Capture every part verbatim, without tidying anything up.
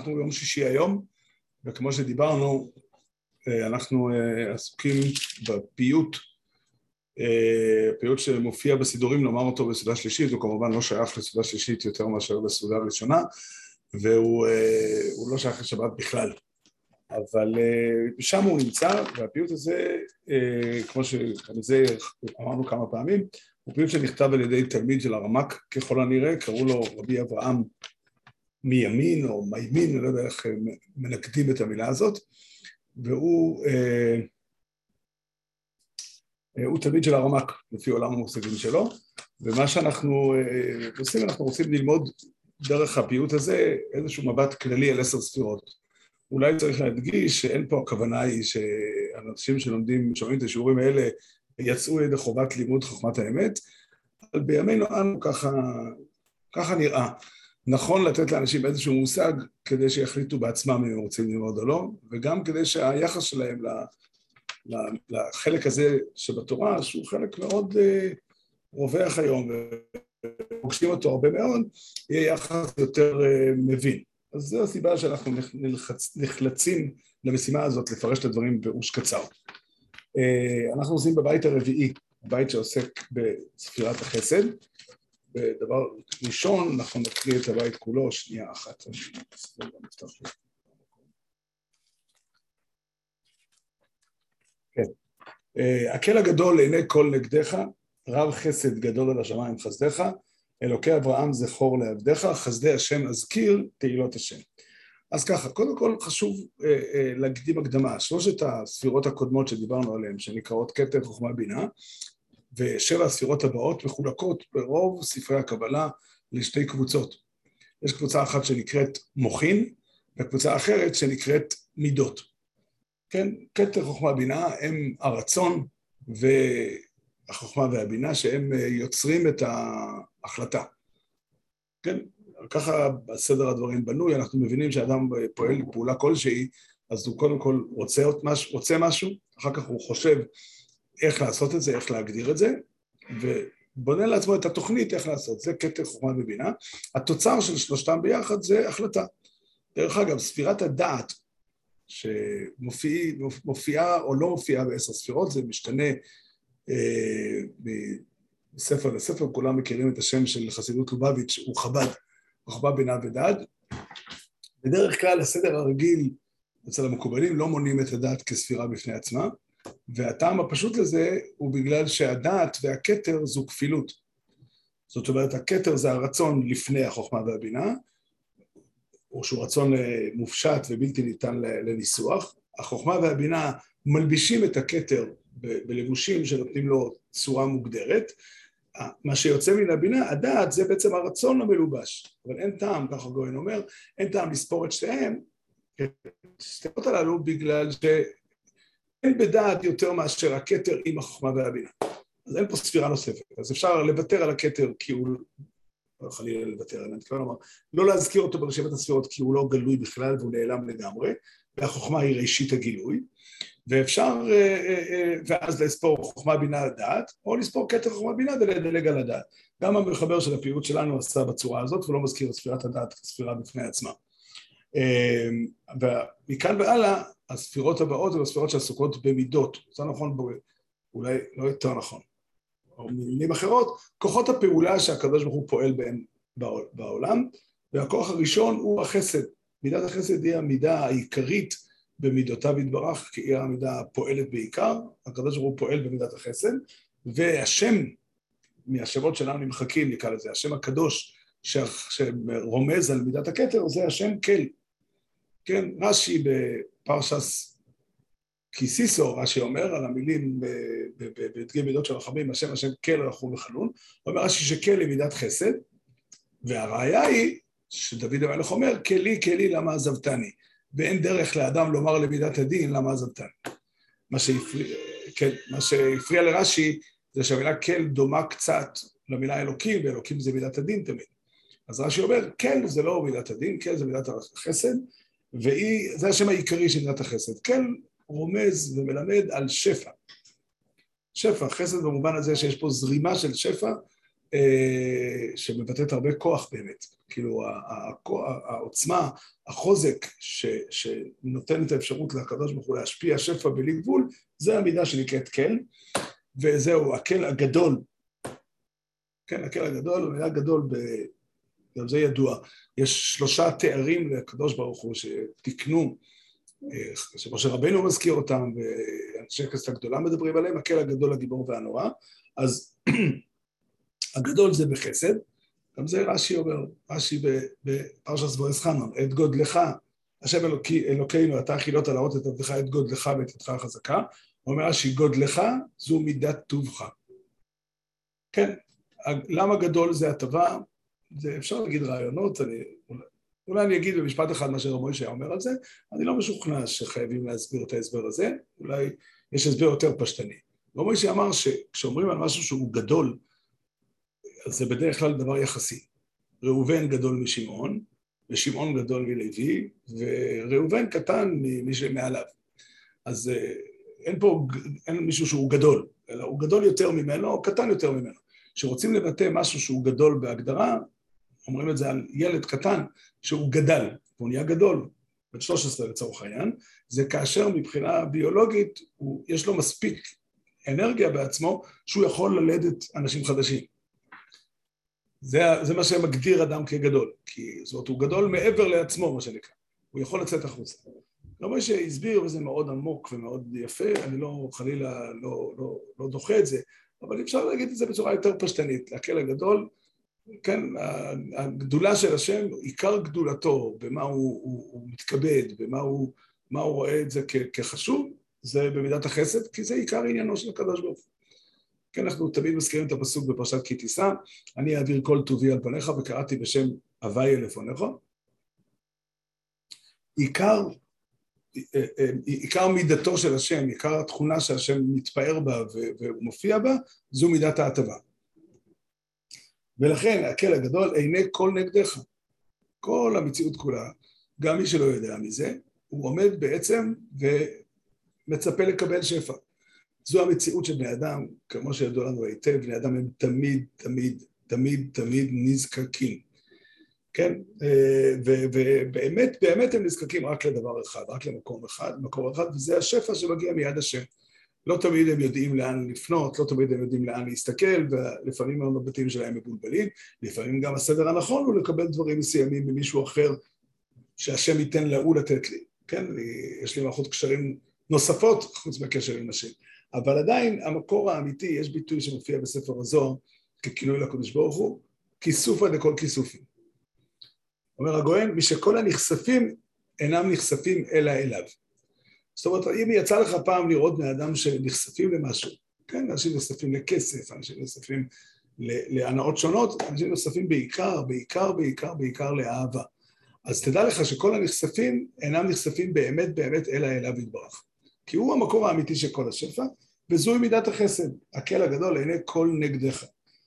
אנחנו יום שישי היום, וכמו שדיברנו, אנחנו עסוקים בפיוט, פיוט שמופיע בסידורים, נאמר אותו בסעודה שלישית, הוא כמובן לא שייך לסעודה שלישית יותר מאשר בסעודה ראשונה, והוא לא שייך לשבת בכלל. אבל שם הוא נמצא, והפיוט הזה, כמו שזה אמרנו כמה פעמים, הוא פיוט שנכתב על ידי תלמיד של הרמ"ק, ככל הנראה, קראו לו רבי אברהם מימין או מימין, אני לא יודע איך מנקדים את המילה הזאת, והוא הוא תלמיד של הרמ"ק, לפי עולם המושגים שלו, ומה שאנחנו עושים, אנחנו רוצים ללמוד דרך הפיוט הזה איזשהו מבט כללי על עשר ספירות. אולי צריך להדגיש שאין פה הכוונה היא שאנשים שלומדים, שומעים את השיעורים האלה, יצאו ידי חובת לימוד חוכמת האמת, אבל בימינו אנו ככה, ככה נראה. נכון לתת לאנשים איזשהו מושג כדי שיחליטו בעצמם אם הם רוצים ללמוד או לא, וגם כדי שהיחס שלהם לחלק הזה שבתורה, שהוא חלק מאוד רווח היום, ופוגשים אותו הרבה מאוד, יהיה יחס יותר מבין. אז זו הסיבה שאנחנו נחלצים למשימה הזאת לפרש את הדברים בראש קצר. אנחנו עושים בבית הרביעי, בית שעוסק בספירת החסד, בדבר ראשון אנחנו נקריא את הבית כולו, שנייה אחת. כן. הקל הגדול לעיני כל נגדך, רב חסד גדול על השמיים חסדך, אלוקי אברהם זכור לעבדך, חסדי השם אזכיר תהילות השם. אז ככה, קודם כל חשוב אה, אה, להקדים הקדמה, שלושת הספירות הקודמות שדיברנו עליהן, שנקראות כתר חוכמה בינה, ושבע הספירות הבאות מחולקות ברוב ספרי הקבלה לשתי קבוצות. יש קבוצה אחת שנקראת מוחין, וקבוצה אחרת שנקראת מידות. כן, כתר חוכמה בינה הם הרצון והחוכמה והבינה שהם יוצרים את ההחלטה. כן, ככה בסדר הדברים בנוי, אנחנו מבינים שאדם פועל פעולה כלשהי, אז הוא קודם כל רוצה, רוצה משהו, אחר כך הוא חושב איך לעשות את זה, איך להגדיר את זה, ובונה לעצמו את התוכנית איך לעשות, זה כתר חוכמה ובינה. התוצר של שלושתם ביחד זה החלטה. דרך אגב, ספירת הדעת, שמופיעה או לא מופיעה בעשר ספירות, זה משתנה אה, מספר לספר, כולם מכירים את השם של חסידות לובביץ', הוא חב"ד, חוכמה בינה ודעת. בדרך כלל הסדר הרגיל אצל המקובלים לא מונים את הדעת כספירה בפני עצמה, והטעם הפשוט לזה הוא בגלל שהדעת והכתר זו כפילות. זאת אומרת, הכתר זה הרצון לפני החוכמה והבינה, או שהוא רצון מופשט ובלתי ניתן לניסוח. החוכמה והבינה מלבישים את הכתר בלבושים שנותנים לו צורה מוגדרת. מה שיוצא מן הבינה, הדעת זה בעצם הרצון המלובש. אבל אין טעם, ככה גויין אומר, אין טעם לספור את שתיהם, שתיאות הללו בגלל ש... אין בדעת יותר מאשר הכתר עם החוכמה והבינה. אז אין פה ספירה נוספת. אז אפשר לוותר על הכתר כי הוא... לא חלילה לוותר עליו, כלומר, לא להזכיר אותו ברשימת הספירות כי הוא לא גלוי בכלל והוא נעלם לגמרי, והחוכמה היא ראשית הגילוי, ואפשר, ואז לספור חוכמה בינה לדעת, או לספור כתר חוכמה בינה ולדלג על הדעת. גם המחבר של הפיוט שלנו עשה בצורה הזאת, ולא מזכיר את ספירת הדעת כספירה בפני עצמה. ומכאן והלאה, הספירות הבאות הן הספירות שעסוקות במידות. זה נכון, אולי לא יותר נכון. או במילים אחרות, כוחות הפעולה שהקדוש ברוך הוא פועל בהם בעולם, והכוח הראשון הוא החסד. מידת החסד היא המידה העיקרית במידותיו יתברך, כי היא המידה הפועלת בעיקר, הקדוש ברוך הוא פועל במידת החסד, והשם, מהשמות שלנו נמחקים, נקרא לזה, השם הקדוש שרומז על מידת הכתר, זה השם כל. כן, רש"י בפרשס קיסיסו, רש"י אומר על המילים בדגי מידות של רחמים, השם השם כל רחום וחנון, אומר רש"י שכל היא מידת חסד, והראיה היא שדוד המלך אומר, כלי כלי למה עזבתני, ואין דרך לאדם לומר למידת הדין למה עזבתני. מה שהפריע, כן, מה שהפריע לרש"י זה שהמילה כל דומה קצת למילה אלוקים, ואלוקים זה מידת הדין תמיד. אז רש"י אומר, כל זה לא מידת הדין, כל זה מידת החסד, וזה השם העיקרי של מידת החסד. כל רומז ומלמד על שפע. שפע, חסד במובן הזה שיש פה זרימה של שפע, שמבטאת הרבה כוח באמת, כאילו העוצמה, החוזק שנותן את האפשרות לקדוש ברוך הוא להשפיע שפע בלי גבול, זה המידה שנקראת כל, וזהו הקל הגדול, כן, הקל הגדול, המילה גדול, גם זה ידוע, יש שלושה תארים לקדוש ברוך הוא שתקנו, שמשה רבנו מזכיר אותם, ואנשי כנסת הגדולה מדברים עליהם, הקל הגדול, הגיבור והנורא, אז הגדול זה בחסד, גם זה רש"י אומר, רש"י בפרשת בועז חנון, את גודלך, השם אלוקי, אלוקינו, אתה חילות להראות את עבדך, את גודלך ואת ידך החזקה, הוא אומר רש"י, גודלך זו מידת טובך. כן, למה גדול זה הטבה? זה אפשר להגיד רעיונות, אני, אולי אני אגיד במשפט אחד מה שרב מוישה אומר על זה, אני לא משוכנע שחייבים להסביר את ההסבר הזה, אולי יש הסבר יותר פשטני. רב מוישה אמר שכשאומרים על משהו שהוא גדול, אז זה בדרך כלל דבר יחסי. ראובן גדול משמעון, ושמעון גדול מלוי, וראובן קטן ממי שמעליו. אז אין פה, אין מישהו שהוא גדול, אלא הוא גדול יותר ממנו, או קטן יותר ממנו. כשרוצים לבטא משהו שהוא גדול בהגדרה, אומרים את זה על ילד קטן שהוא גדל, והוא נהיה גדול, בן שלוש עשרה לצורך העניין, זה כאשר מבחינה ביולוגית, הוא, יש לו מספיק אנרגיה בעצמו, שהוא יכול ללדת אנשים חדשים. זה, זה מה שמגדיר אדם כגדול, כי זאת אומרת, הוא גדול מעבר לעצמו, מה שנקרא. הוא יכול לצאת החוצה. לא מה שהסביר, וזה מאוד עמוק ומאוד יפה, אני לא, חלילה, לא, לא, לא דוחה את זה, אבל אפשר להגיד את זה בצורה יותר פשטנית. הקל הגדול, כן, הגדולה של השם, עיקר גדולתו, במה הוא, הוא, הוא מתכבד, במה הוא, מה הוא רואה את זה כ, כחשוב, זה במידת החסד, כי זה עיקר עניינו של הקדוש ברוך הוא. כן, אנחנו תמיד מזכירים את הפסוק בפרשת כי תישא, אני אעביר כל טובי על פניך וקראתי בשם הוויה לפניך. עיקר, עיקר מידתו של השם, עיקר התכונה שהשם מתפאר בה והוא מופיע בה, זו מידת ההטבה. ולכן הקל הגדול עיני כל נגדך, כל המציאות כולה, גם מי שלא יודע מזה, הוא עומד בעצם ומצפה לקבל שפע. זו המציאות של בני אדם, כמו שידוע לנו היטב, בני אדם הם תמיד, תמיד, תמיד, תמיד נזקקים. כן? ובאמת, באמת הם נזקקים רק לדבר אחד, רק למקום אחד, מקום אחד, וזה השפע שמגיע מיד השם. לא תמיד הם יודעים לאן לפנות, לא תמיד הם יודעים לאן להסתכל, ולפעמים המבטים שלהם מבולבלים, לפעמים גם הסדר הנכון הוא לקבל דברים מסוימים ממישהו אחר, שהשם ייתן להוא לתת לי. כן? יש לי מערכות קשרים נוספות, חוץ מהקשר עם השם. אבל עדיין המקור האמיתי, יש ביטוי שמופיע בספר הזוהר, ככינוי לקדוש ברוך הוא, כיסופה לכל כיסופים. אומר הגויין, משכל הנחשפים אינם נחשפים אלא אליו. זאת אומרת, אם יצא לך פעם לראות בני אדם שנחשפים למשהו, כן, אנשים נחשפים לכסף, אנשים נחשפים להנאות שונות, אנשים נחשפים בעיקר, בעיקר, בעיקר, בעיקר לאהבה. אז תדע לך שכל הנחשפים אינם נחשפים באמת באמת אלא אליו יתברך. כי הוא המקור האמיתי של כל השפע, וזוהי מידת החסד, הקל הגדול לעיני כל נגדך.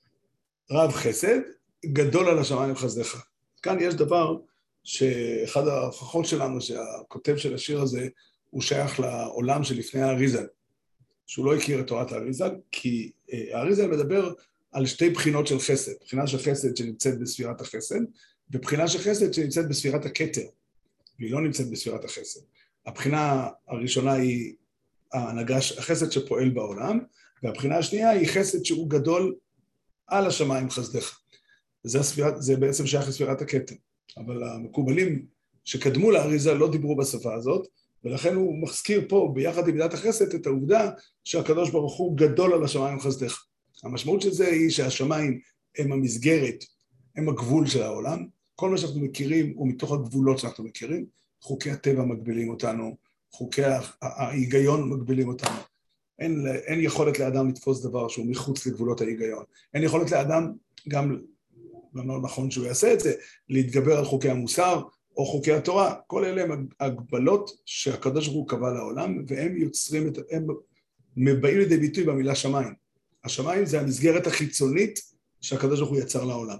רב חסד, גדול על השמיים חסדך. כאן יש דבר שאחד ההוכחות שלנו, שהכותב של השיר הזה, הוא שייך לעולם שלפני האריזל, שהוא לא הכיר את תורת האריזל, כי האריזל מדבר על שתי בחינות של חסד, בחינה של חסד שנמצאת בספירת החסד, ובחינה של חסד שנמצאת בספירת הכתר, והיא לא נמצאת בספירת החסד. הבחינה הראשונה היא הנגש, החסד שפועל בעולם, והבחינה השנייה היא חסד שהוא גדול על השמיים חסדך. זה, הספירת, זה בעצם שייך לספירת הכתר. אבל המקובלים שקדמו לאריזה לא דיברו בשפה הזאת, ולכן הוא מזכיר פה ביחד עם מידת החסד את העובדה שהקדוש ברוך הוא גדול על השמיים חסדך. המשמעות של זה היא שהשמיים הם המסגרת, הם הגבול של העולם. כל מה שאנחנו מכירים הוא מתוך הגבולות שאנחנו מכירים. חוקי הטבע מגבילים אותנו, חוקי ההיגיון מגבילים אותנו. אין, אין יכולת לאדם לתפוס דבר שהוא מחוץ לגבולות ההיגיון. אין יכולת לאדם, גם, גם לא נכון שהוא יעשה את זה, להתגבר על חוקי המוסר או חוקי התורה. כל אלה הם הגבלות שהקדוש ברוך הוא קבע לעולם, והם יוצרים את, הם מבאים לידי ביטוי במילה שמיים. השמיים זה המסגרת החיצונית שהקדוש ברוך הוא יצר לעולם.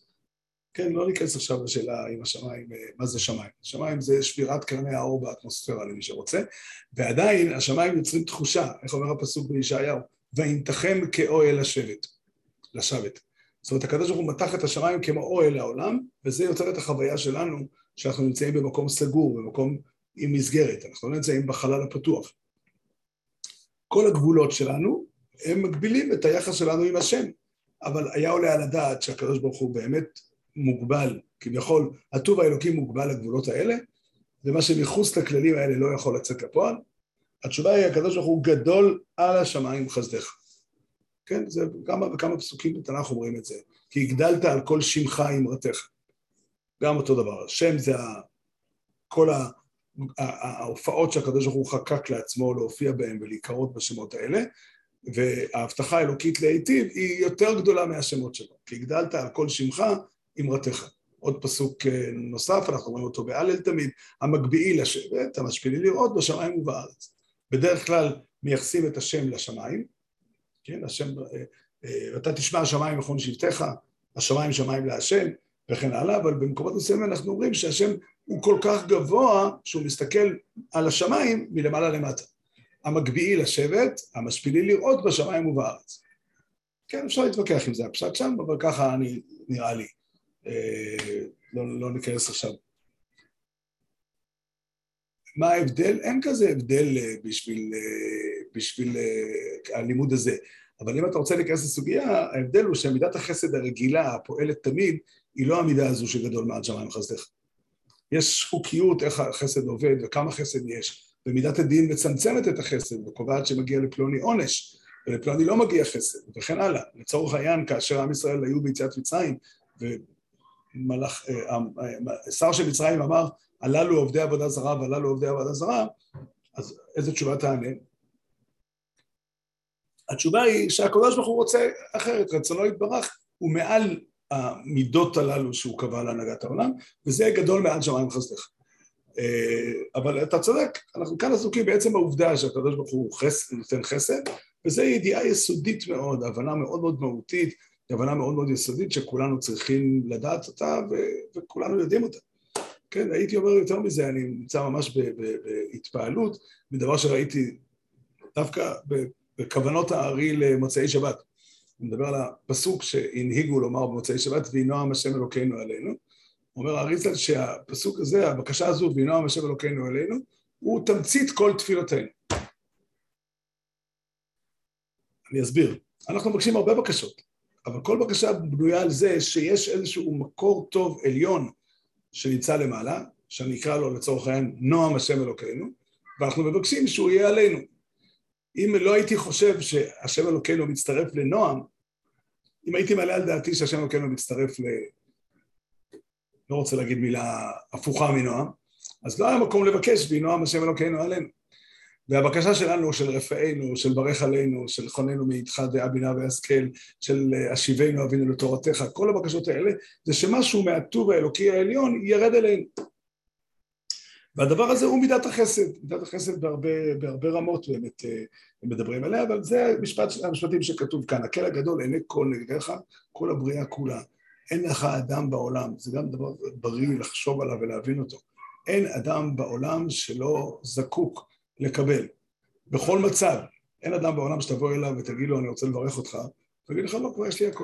כן, לא ניכנס עכשיו לשאלה עם השמיים, מה זה שמיים. שמיים זה שבירת קרני האור באטמוספירה למי שרוצה, ועדיין השמיים יוצרים תחושה, איך אומר הפסוק בישעיהו, וימתחם כאוהל לשבת, לשבת. זאת אומרת, הקדוש ברוך הוא מתח את השמיים כמו אוהל לעולם, וזה יוצר את החוויה שלנו, שאנחנו נמצאים במקום סגור, במקום עם מסגרת, אנחנו לא נמצאים בחלל הפתוח. כל הגבולות שלנו, הם מגבילים את היחס שלנו עם השם, אבל היה עולה על הדעת שהקדוש ברוך הוא באמת מוגבל, כביכול, הטוב האלוקי מוגבל לגבולות האלה, ומה שמחוץ לכללים האלה לא יכול לצאת לפועל. התשובה היא, הקדוש ברוך הוא גדול על השמיים חסדך. כן, זה כמה וכמה פסוקים בתנ"ך אומרים את זה, כי הגדלת על כל שמך אמרתך. גם אותו דבר, שם זה כל ההופעות שהקדוש ברוך הוא חקק לעצמו להופיע בהם ולהיקרות בשמות האלה, וההבטחה האלוקית להיטיב היא יותר גדולה מהשמות שלו, כי הגדלת על כל שמך אמרתך. עוד פסוק נוסף, אנחנו רואים אותו בהלל תמיד, המגביעי לשבת, המשפילי לראות בשמיים ובארץ. בדרך כלל מייחסים את השם לשמיים, כן, השם, אתה תשמע השמיים מכון שבטך, השמיים שמיים להשם, וכן הלאה, אבל במקומות מסוימים אנחנו אומרים שהשם הוא כל כך גבוה, שהוא מסתכל על השמיים מלמעלה למטה. המגביעי לשבת, המשפילי לראות בשמיים ובארץ. כן, אפשר להתווכח עם זה הפשט שם, אבל ככה אני, נראה לי. לא, לא ניכנס עכשיו. מה ההבדל? אין כזה הבדל בשביל, בשביל הלימוד הזה. אבל אם אתה רוצה להיכנס לסוגיה, ההבדל הוא שהמידת החסד הרגילה, הפועלת תמיד, היא לא המידה הזו שגדול מעל שמיים חסדך. יש חוקיות איך החסד עובד וכמה חסד יש, ומידת הדין מצמצמת את החסד וקובעת שמגיע לפלוני עונש, ולפלוני לא מגיע חסד, וכן הלאה. לצורך העניין, כאשר עם ישראל היו ביציאת מצרים, ומלאך, שר של מצרים אמר, הללו עובדי עבודה זרה והללו עובדי עבודה זרה, אז איזה תשובה תענה? התשובה היא שהקדוש ברוך הוא רוצה אחרת, רצונו יתברך, הוא מעל המידות הללו שהוא קבע להנהגת העולם, וזה גדול מעל שמיים חסדך. אבל אתה צודק, אנחנו כאן עסוקים בעצם העובדה שהקדוש ברוך הוא חסד, נותן חסד, וזו ידיעה יסודית מאוד, הבנה מאוד מאוד מהותית, הבנה מאוד מאוד יסודית שכולנו צריכים לדעת אותה, ו- וכולנו יודעים אותה. כן, הייתי אומר יותר מזה, אני נמצא ממש בהתפעלות, מדבר שראיתי דווקא בכוונות הארי למוצאי שבת. אני מדבר על הפסוק שהנהיגו לומר במוצאי שבת, וינועם השם אלוקינו עלינו. אומר האריזל שהפסוק הזה, הבקשה הזו, וינועם השם אלוקינו עלינו, הוא תמצית כל תפילותינו. אני אסביר. אנחנו מבקשים הרבה בקשות, אבל כל בקשה בנויה על זה שיש איזשהו מקור טוב עליון שנמצא למעלה, שאני אקרא לו לצורך העניין נועם השם אלוקינו, ואנחנו מבקשים שהוא יהיה עלינו. אם לא הייתי חושב שהשם אלוקינו מצטרף לנועם, אם הייתי מעלה על דעתי שהשם אלוקינו מצטרף ל... לא רוצה להגיד מילה הפוכה מנועם, אז לא היה מקום לבקש ונועם השם אלוקינו עלינו. והבקשה שלנו, של רפאנו, של ברך עלינו, של חוננו מאיתך דעה בינה והשכל, של השיבנו אבינו לתורתך, כל הבקשות האלה, זה שמשהו מהטוב האלוקי העליון ירד אלינו. והדבר הזה הוא מידת החסד, מידת החסד בהרבה, בהרבה רמות באמת מדברים עליה, אבל זה משפט, המשפטים שכתוב כאן, הקל הגדול עיני כל נגדך, כל הבריאה כולה. אין לך אדם בעולם, זה גם דבר בריא לחשוב עליו ולהבין אותו. אין אדם בעולם שלא זקוק לקבל. בכל מצב, אין אדם בעולם שתבוא אליו ותגיד לו, אני רוצה לברך אותך, תגיד לך, לא, כבר יש לי הכל.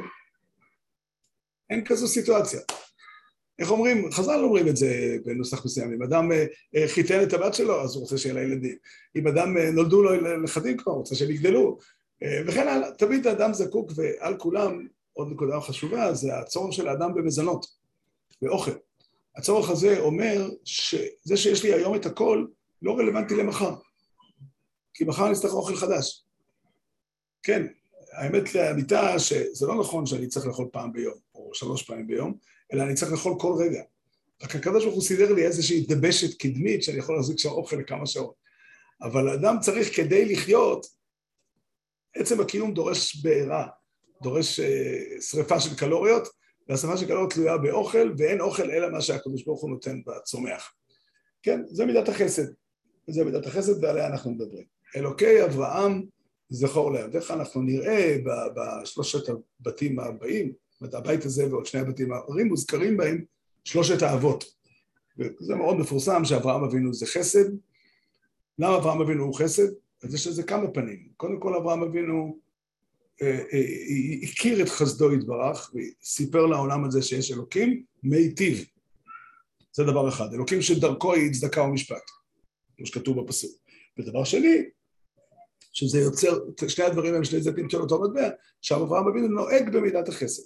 אין כזו סיטואציה. איך אומרים? חז"ל אומרים את זה בנוסח מסוים. אם אדם חיתן את הבת שלו, אז הוא רוצה שיהיה לה ילדים. אם אדם נולדו לו נכדים כבר, הוא רוצה שהם יגדלו. וכן הלאה, תמיד האדם זקוק, ועל כולם, עוד נקודה חשובה, זה הצורך של האדם במזונות, באוכל. הצורך הזה אומר שזה שיש לי היום את הכל, לא רלוונטי למחר. כי מחר נצטרך אוכל חדש. כן, האמת לאמיתה שזה לא נכון שאני צריך לאכול פעם ביום, או שלוש פעמים ביום, אלא אני צריך לאכול כל רגע. רק הקדוש ברוך הוא סידר לי איזושהי דבשת קדמית, שאני יכול להחזיק שם אוכל לכמה שעות. אבל האדם צריך כדי לחיות, עצם הקיום דורש בעירה, דורש uh, שריפה של קלוריות, והשריפה של קלוריות תלויה באוכל, ואין אוכל אלא מה שהקדוש ברוך הוא נותן בצומח. כן, זה מידת החסד. זה מידת החסד, ועליה אנחנו מדברים. אלוקי אברהם זכור לעבדיך, אנחנו נראה בשלושת הבתים הבאים, הבית הזה ועוד שני הבתים האחרים, מוזכרים בהם שלושת האבות. וזה מאוד מפורסם שאברהם אבינו זה חסד. למה אברהם אבינו הוא חסד? אז יש לזה כמה פנים. קודם כל אברהם אבינו הכיר את חסדו יתברך, וסיפר לעולם הזה שיש אלוקים מיטיב. זה דבר אחד, אלוקים שדרכו היא צדקה ומשפט, כמו שכתוב בפסוק. ודבר שני, שזה יוצר, שני הדברים הם שני זיתים של אותו מטבע, שאברהם אבינו נוהג במידת החסד.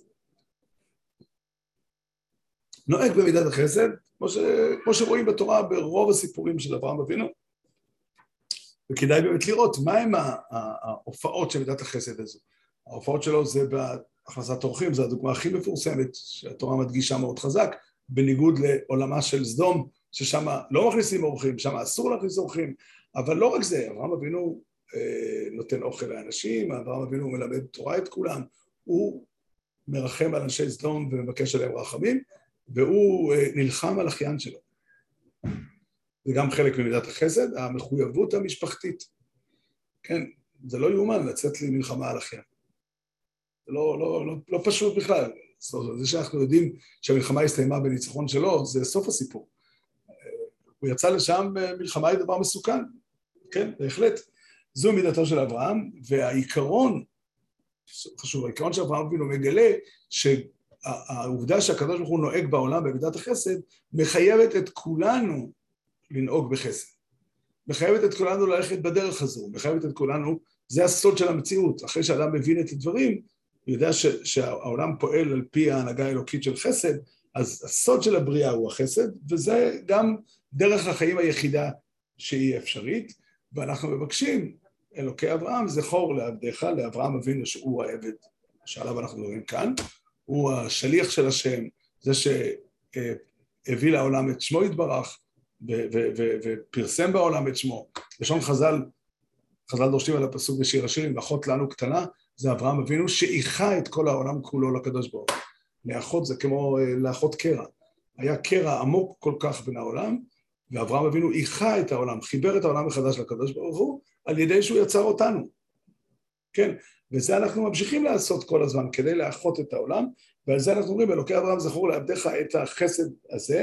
נוהג במידת החסד, כמו, ש, כמו שרואים בתורה ברוב הסיפורים של אברהם אבינו, וכדאי באמת לראות מהם ההופעות של מידת החסד הזו. ההופעות שלו זה בהכנסת אורחים, זו הדוגמה הכי מפורסמת, שהתורה מדגישה מאוד חזק, בניגוד לעולמה של סדום, ששם לא מכניסים אורחים, שם אסור להכניס אורחים, אבל לא רק זה, אברהם אבינו אה, נותן אוכל לאנשים, אברהם אבינו מלמד תורה את כולם, הוא מרחם על אנשי סדום ומבקש עליהם רחמים, והוא אה, נלחם על אחיין שלו. זה גם חלק ממידת החסד, המחויבות המשפחתית. כן, זה לא יאומן לצאת למלחמה על אחיין. זה לא, לא, לא, לא פשוט בכלל. זה שאנחנו יודעים שהמלחמה הסתיימה בניצחון שלו, זה סוף הסיפור. הוא יצא לשם, מלחמה היא דבר מסוכן. כן, בהחלט. זו מידתו של אברהם, והעיקרון, חשוב, העיקרון של אברהם אבינו מגלה שהעובדה שהקדוש ברוך הוא נוהג בעולם במידת החסד, מחייבת את כולנו לנהוג בחסד. מחייבת את כולנו ללכת בדרך הזו, מחייבת את כולנו, זה הסוד של המציאות. אחרי שאדם מבין את הדברים, הוא יודע ש, שהעולם פועל על פי ההנהגה האלוקית של חסד, אז הסוד של הבריאה הוא החסד, וזה גם דרך החיים היחידה שהיא אפשרית, ואנחנו מבקשים, אלוקי אברהם, זכור לעבדיך, לאברהם אבינו שהוא העבד, שעליו אנחנו מדברים כאן, הוא השליח של השם, זה שהביא לעולם את שמו יתברך, ופרסם בעולם את שמו. לשון חז"ל, חז"ל דורשים על הפסוק בשיר השירים, ואחות לנו קטנה, זה אברהם אבינו שאיחה את כל העולם כולו לקדוש ברוך הוא. לאחות זה כמו לאחות קרע. היה קרע עמוק כל כך בין העולם, ואברהם אבינו איחה את העולם, חיבר את העולם מחדש לקדוש ברוך הוא, על ידי שהוא יצר אותנו. כן, וזה אנחנו ממשיכים לעשות כל הזמן, כדי לאחות את העולם, ועל זה אנחנו אומרים, אלוקי אברהם זכור לעבדיך את החסד הזה,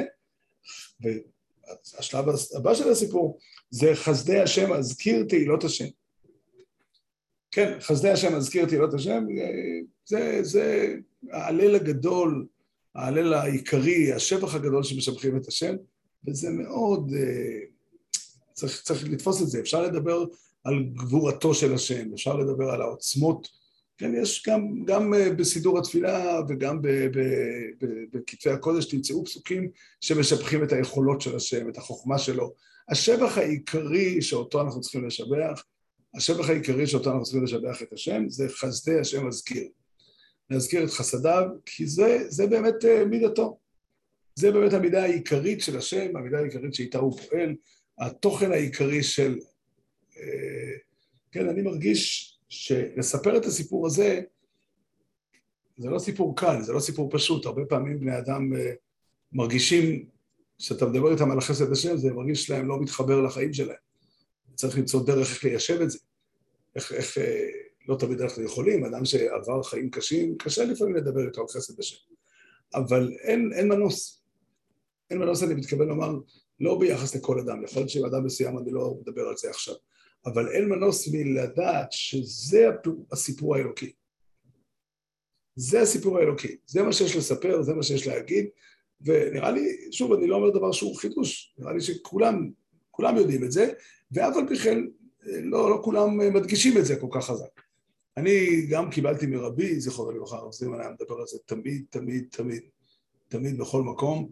והשלב הבא של הסיפור, זה חסדי השם, אזכיר תהילות השם. כן, חסדי השם, אזכיר תהילות השם, זה, זה ההלל הגדול, ההלל העיקרי, השבח הגדול שמשבחים את השם, וזה מאוד, צריך, צריך לתפוס את זה, אפשר לדבר על גבורתו של השם, אפשר לדבר על העוצמות, כן, יש גם, גם בסידור התפילה וגם בכתבי הקודש תמצאו פסוקים שמשבחים את היכולות של השם, את החוכמה שלו. השבח העיקרי שאותו אנחנו צריכים לשבח, השבח העיקרי שאותו אנחנו צריכים לשבח את השם, זה חסדי השם אזכיר. להזכיר את חסדיו, כי זה, זה באמת מידתו. זה באמת המידה העיקרית של השם, המידה העיקרית שאיתה הוא פועל, התוכן העיקרי של... כן, אני מרגיש שלספר את הסיפור הזה, זה לא סיפור קל, זה לא סיפור פשוט. הרבה פעמים בני אדם מרגישים, שאתה מדבר איתם על החסד השם, זה מרגיש להם לא מתחבר לחיים שלהם. צריך למצוא דרך איך ליישב את זה. איך, איך, לא תמיד אנחנו יכולים, אדם שעבר חיים קשים, קשה לפעמים לדבר איתו על חסד השם. אבל אין, אין מנוס. אין מנוס, אני מתכוון לומר, לא ביחס לכל אדם, יכול להיות שעם אדם מסוים אני לא מדבר על זה עכשיו, אבל אין מנוס מלדעת שזה הסיפור האלוקי. זה הסיפור האלוקי, זה מה שיש לספר, זה מה שיש להגיד, ונראה לי, שוב, אני לא אומר דבר שהוא חידוש, נראה לי שכולם, כולם יודעים את זה, ואף על פי כן, לא, לא כולם מדגישים את זה כל כך חזק. אני גם קיבלתי מרבי, זכרונו לברכה, הרב זימן היה מדבר על זה תמיד, תמיד, תמיד, תמיד בכל מקום,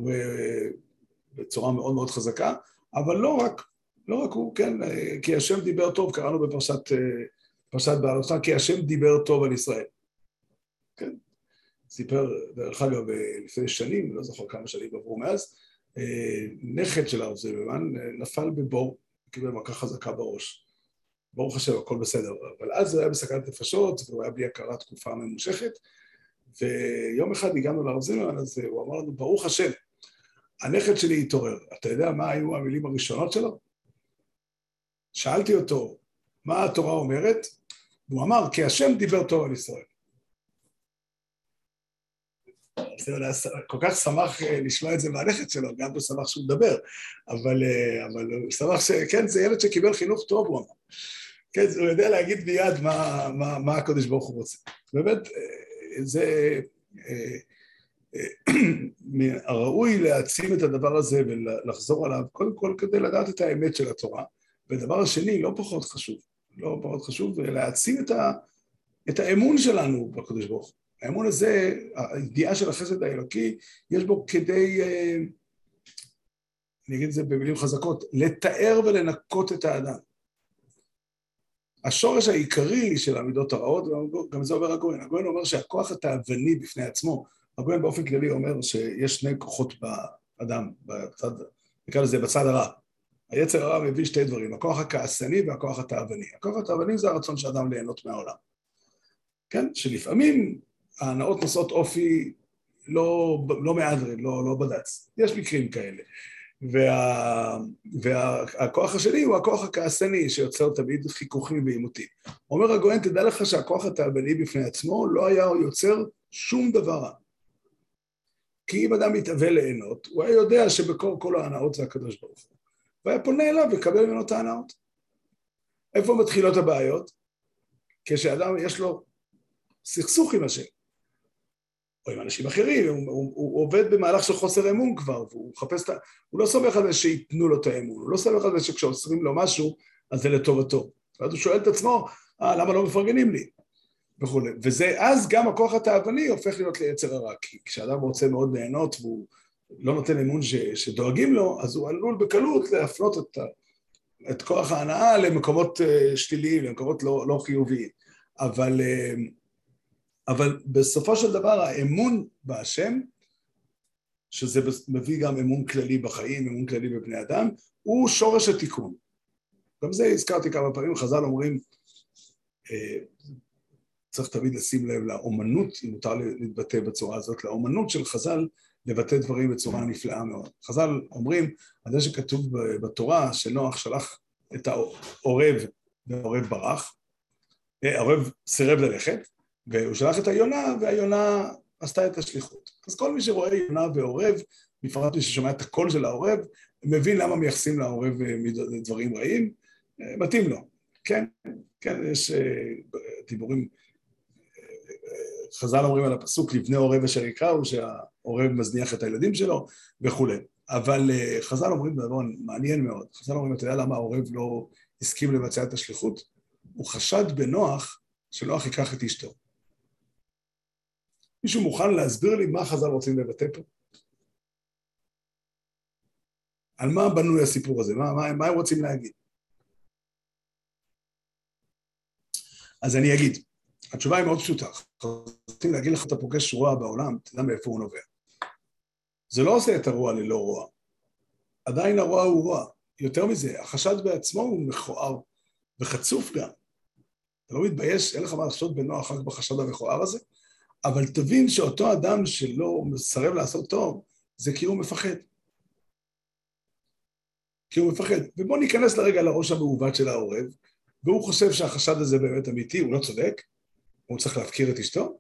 ובצורה מאוד מאוד חזקה, אבל לא רק, לא רק הוא, כן, כי השם דיבר טוב, קראנו בפרשת, פרשת בעלותך, כי השם דיבר טוב על ישראל. כן, סיפר, דרך אגב, לפני שנים, לא זוכר כמה שנים עברו מאז, נכד של הרב זימן נפל בבור, קיבל מכה חזקה בראש. ברוך השם, הכל בסדר, אבל אז הוא היה בסכנת נפשות, והוא היה בלי הכרה תקופה ממושכת, ויום אחד הגענו לרב זימן, אז הוא אמר לנו, ברוך השם, הנכד שלי התעורר. אתה יודע מה היו המילים הראשונות שלו? שאלתי אותו, מה התורה אומרת? והוא אמר, כי השם דיבר טוב על ישראל. כל כך שמח לשמוע את זה מהנכד שלו, גם לא שמח שהוא מדבר, אבל, אבל הוא שמח שכן, זה ילד שקיבל חינוך טוב, הוא אמר. כן, הוא יודע להגיד מיד מה, מה, מה הקדוש ברוך הוא רוצה. באמת, זה ראוי להעצים את הדבר הזה ולחזור עליו, קודם כל כדי לדעת את האמת של התורה, ודבר השני, לא פחות חשוב, לא פחות חשוב, להעצים את, ה, את האמון שלנו בקדוש ברוך הוא. האמון הזה, הידיעה של החסד האלוקי, יש בו כדי, אני אגיד את זה במילים חזקות, לתאר ולנקות את האדם. השורש העיקרי של המידות הרעות, גם זה אומר הגויין. הגויין אומר שהכוח התאווני בפני עצמו, הגויין באופן כללי אומר שיש שני כוחות באדם, בצד, נקרא לזה בצד הרע. היצר הרע מביא שתי דברים, הכוח הכעסני והכוח התאווני. הכוח התאווני זה הרצון של האדם ליהנות מהעולם. כן? שלפעמים ההנאות נושאות אופי לא, לא מהדרין, לא, לא בדץ. יש מקרים כאלה. וה... והכוח השני הוא הכוח הכעסני שיוצר תמיד חיכוכים ועימותים. אומר הגויין, תדע לך שהכוח התאווני בפני עצמו לא היה יוצר שום דבר רע. כי אם אדם מתאווה ליהנות, הוא היה יודע שבקור כל ההנאות זה הקדוש ברוך הוא. והיה פונה אליו וקבל ממנו את ההנאות. איפה מתחילות הבעיות? כשאדם יש לו סכסוך עם השם. או עם אנשים אחרים, הוא, הוא, הוא עובד במהלך של חוסר אמון כבר, והוא מחפש את ה... הוא לא סומך על זה שיתנו לו את האמון, הוא לא סומך על זה שכשעוצרים לו משהו, אז זה לטובתו. ואז הוא שואל את עצמו, אה, למה לא מפרגנים לי? וכו'. וזה, אז גם הכוח התאווני הופך להיות ליצר הרע, כי כשאדם רוצה מאוד ליהנות, והוא לא נותן אמון ש, שדואגים לו, אז הוא עלול בקלות להפנות את, את כוח ההנאה למקומות שליליים, למקומות לא, לא חיוביים. אבל... אבל בסופו של דבר האמון בהשם, שזה מביא גם אמון כללי בחיים, אמון כללי בבני אדם, הוא שורש התיקון. גם זה הזכרתי כמה פעמים, חז"ל אומרים, צריך תמיד לשים לב לאומנות, אם מותר להתבטא בצורה הזאת, לאומנות של חז"ל לבטא דברים בצורה נפלאה מאוד. חז"ל אומרים, על זה שכתוב בתורה שנוח שלח את העורב והעורב ברח, העורב סירב ללכת, והוא שלח את היונה, והיונה עשתה את השליחות. אז כל מי שרואה יונה ועורב, בפרט מי ששומע את הקול של העורב, מבין למה מייחסים לעורב דברים רעים, מתאים לו. כן, כן, יש דיבורים, חז"ל אומרים על הפסוק, לבני עורב אשר יקראו, שהעורב מזניח את הילדים שלו, וכו'. אבל חז"ל אומרים דבר מעניין מאוד. חז"ל אומרים, אתה יודע למה העורב לא הסכים לבצע את השליחות? הוא חשד בנוח, שנוח ייקח את אשתו. מישהו מוכן להסביר לי מה חז"ל רוצים לבטא פה? על מה בנוי הסיפור הזה? מה, מה, מה הם רוצים להגיד? אז אני אגיד, התשובה היא מאוד פשוטה. רוצים להגיד לך, אתה פוגש רוע בעולם, תדע מאיפה הוא נובע. זה לא עושה את הרוע ללא רוע. עדיין הרוע הוא רוע. יותר מזה, החשד בעצמו הוא מכוער וחצוף גם. אתה לא מתבייש, אין לך מה לחשוד בנוח רק בחשד המכוער הזה, אבל תבין שאותו אדם שלא מסרב לעשות טוב, זה כי הוא מפחד. כי הוא מפחד. ובואו ניכנס לרגע לראש המעוות של העורב, והוא חושב שהחשד הזה באמת אמיתי, הוא לא צודק, הוא צריך להפקיר את אשתו.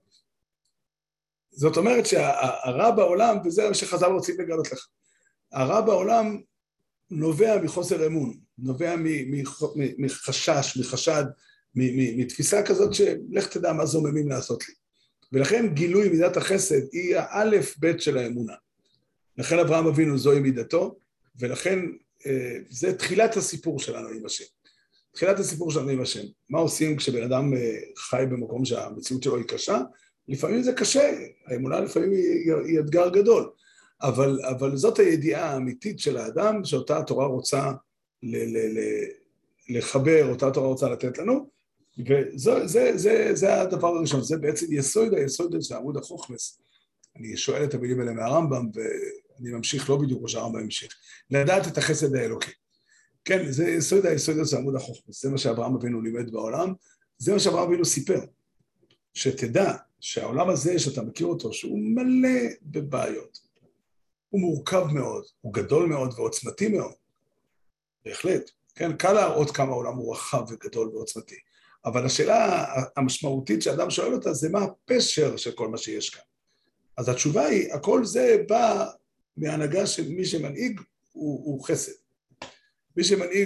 זאת אומרת שהרע בעולם, וזה מה שחז"ל רוצים לגלות לך, הרע בעולם נובע מחוסר אמון, נובע מחשש, מחשד, מתפיסה כזאת שלך תדע מה זוממים לעשות לי. ולכן גילוי מידת החסד היא האלף בית של האמונה. לכן אברהם אבינו זוהי מידתו, ולכן זה תחילת הסיפור שלנו עם השם. תחילת הסיפור שלנו עם השם. מה עושים כשבן אדם חי במקום שהמציאות שלו היא קשה? לפעמים זה קשה, האמונה לפעמים היא, היא אתגר גדול, אבל, אבל זאת הידיעה האמיתית של האדם, שאותה התורה רוצה ל, ל, ל, לחבר, אותה התורה רוצה לתת לנו, וזה זה, זה, זה הדבר הראשון, זה בעצם יסוד, היסוד של עמוד החוכמס. אני שואל את המילים האלה מהרמב"ם, ואני ממשיך לא בדיוק כמו שהרמב"ם המשיך, לדעת את החסד האלוקי. כן, זה יסוד, היסוד של עמוד החוכמס, זה מה שאברהם אבינו לימד בעולם, זה מה שאברהם אבינו סיפר, שתדע שהעולם הזה שאתה מכיר אותו, שהוא מלא בבעיות, הוא מורכב מאוד, הוא גדול מאוד ועוצמתי מאוד, בהחלט, כן, קל להראות כמה העולם הוא רחב וגדול ועוצמתי, אבל השאלה המשמעותית שאדם שואל אותה, זה מה הפשר של כל מה שיש כאן. אז התשובה היא, הכל זה בא מהנהגה של מי שמנהיג הוא, הוא חסד. מי שמנהיג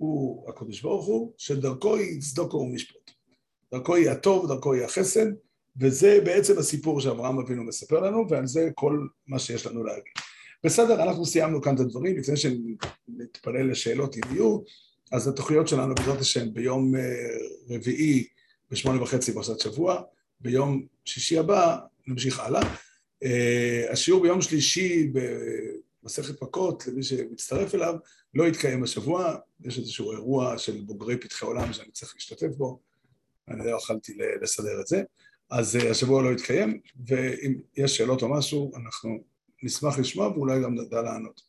הוא הקדוש ברוך הוא, שדרכו היא צדוקו ומשפט. דרכו היא הטוב, דרכו היא החסד, וזה בעצם הסיפור שאברהם אבינו מספר לנו, ועל זה כל מה שיש לנו להגיד. בסדר, אנחנו סיימנו כאן את הדברים, לפני שנתפלל לשאלות אם יהיו, אז התוכניות שלנו בעזרת השם ביום רביעי בשמונה וחצי פרשת שבוע, ביום שישי הבא נמשיך הלאה. השיעור ביום שלישי במסכת מכות, למי שמצטרף אליו, לא יתקיים השבוע, יש איזשהו אירוע של בוגרי פתחי עולם שאני צריך להשתתף בו, אני לא יכולתי לסדר את זה, אז השבוע לא יתקיים, ואם יש שאלות או משהו, אנחנו נשמח לשמוע ואולי גם נדע לענות.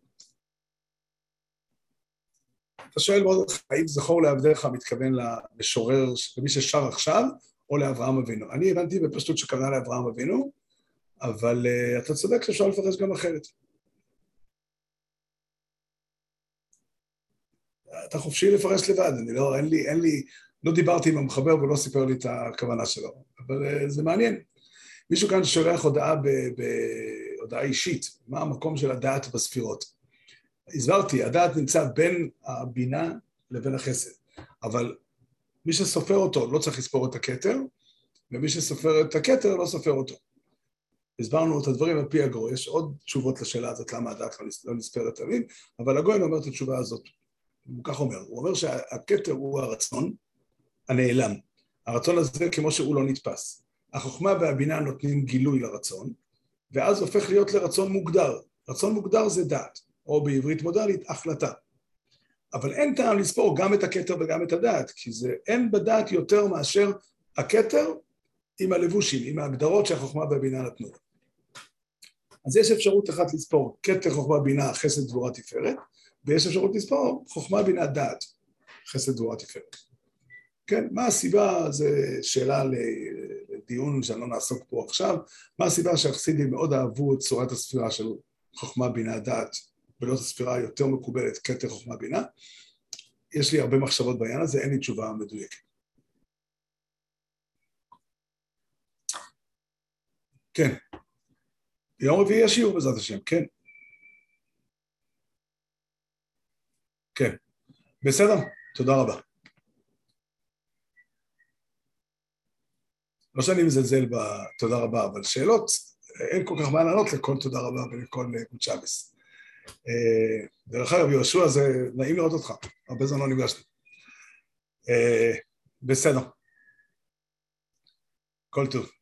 אתה שואל מאוד, האם זכור לעבדיך מתכוון למשורר, למי ששר עכשיו, או לאברהם אבינו? אני הבנתי בפשטות שקרא לאברהם אבינו, אבל uh, אתה צודק שאפשר לפרש גם אחרת. אתה חופשי לפרש לבד, אני לא, אין לי, אין לי, לא דיברתי עם המחבר ולא סיפר לי את הכוונה שלו, אבל uh, זה מעניין. מישהו כאן שולח הודעה בהודעה אישית, מה המקום של הדעת בספירות. הסברתי, הדעת נמצא בין הבינה לבין החסד, אבל מי שסופר אותו לא צריך לספור את הכתר, ומי שסופר את הכתר לא סופר אותו. הסברנו את הדברים על פי הגוי, יש עוד תשובות לשאלה הזאת, למה הדעת לא נספרת תמיד, אבל הגוי אומר את התשובה הזאת, הוא כך אומר, הוא אומר שהכתר הוא הרצון הנעלם, הרצון הזה כמו שהוא לא נתפס. החוכמה והבינה נותנים גילוי לרצון, ואז הופך להיות לרצון מוגדר. רצון מוגדר זה דעת, או בעברית מודלית, החלטה. אבל אין טעם לספור גם את הכתר וגם את הדעת, כי זה אין בדעת יותר מאשר הכתר עם הלבושים, עם ההגדרות שהחוכמה והבינה נתנו. אז יש אפשרות אחת לספור כתר, חוכמה, בינה, חסד, גבורה, תפארת, ויש אפשרות לספור חוכמה, בינה, דעת, חסד, גבורה, תפארת. כן, מה הסיבה? זו שאלה לדיון שאני לא נעסוק פה עכשיו. מה הסיבה שהחסידים מאוד אהבו את צורת הספירה של חוכמה, בינה, דעת, ולא את הספירה היותר מקובלת, כתר, חוכמה, בינה? יש לי הרבה מחשבות בעניין הזה, אין לי תשובה מדויקת. כן. ביום רביעי יש שיעור בעזרת השם, כן. כן. בסדר? תודה רבה. לא שאני מזלזל בתודה רבה, אבל שאלות, אין כל כך מה לענות לכל תודה רבה ולכל גוד שבס. דרך אגב, יהושע, זה נעים לראות אותך, הרבה זמן לא נפגשנו. בסדר. כל טוב.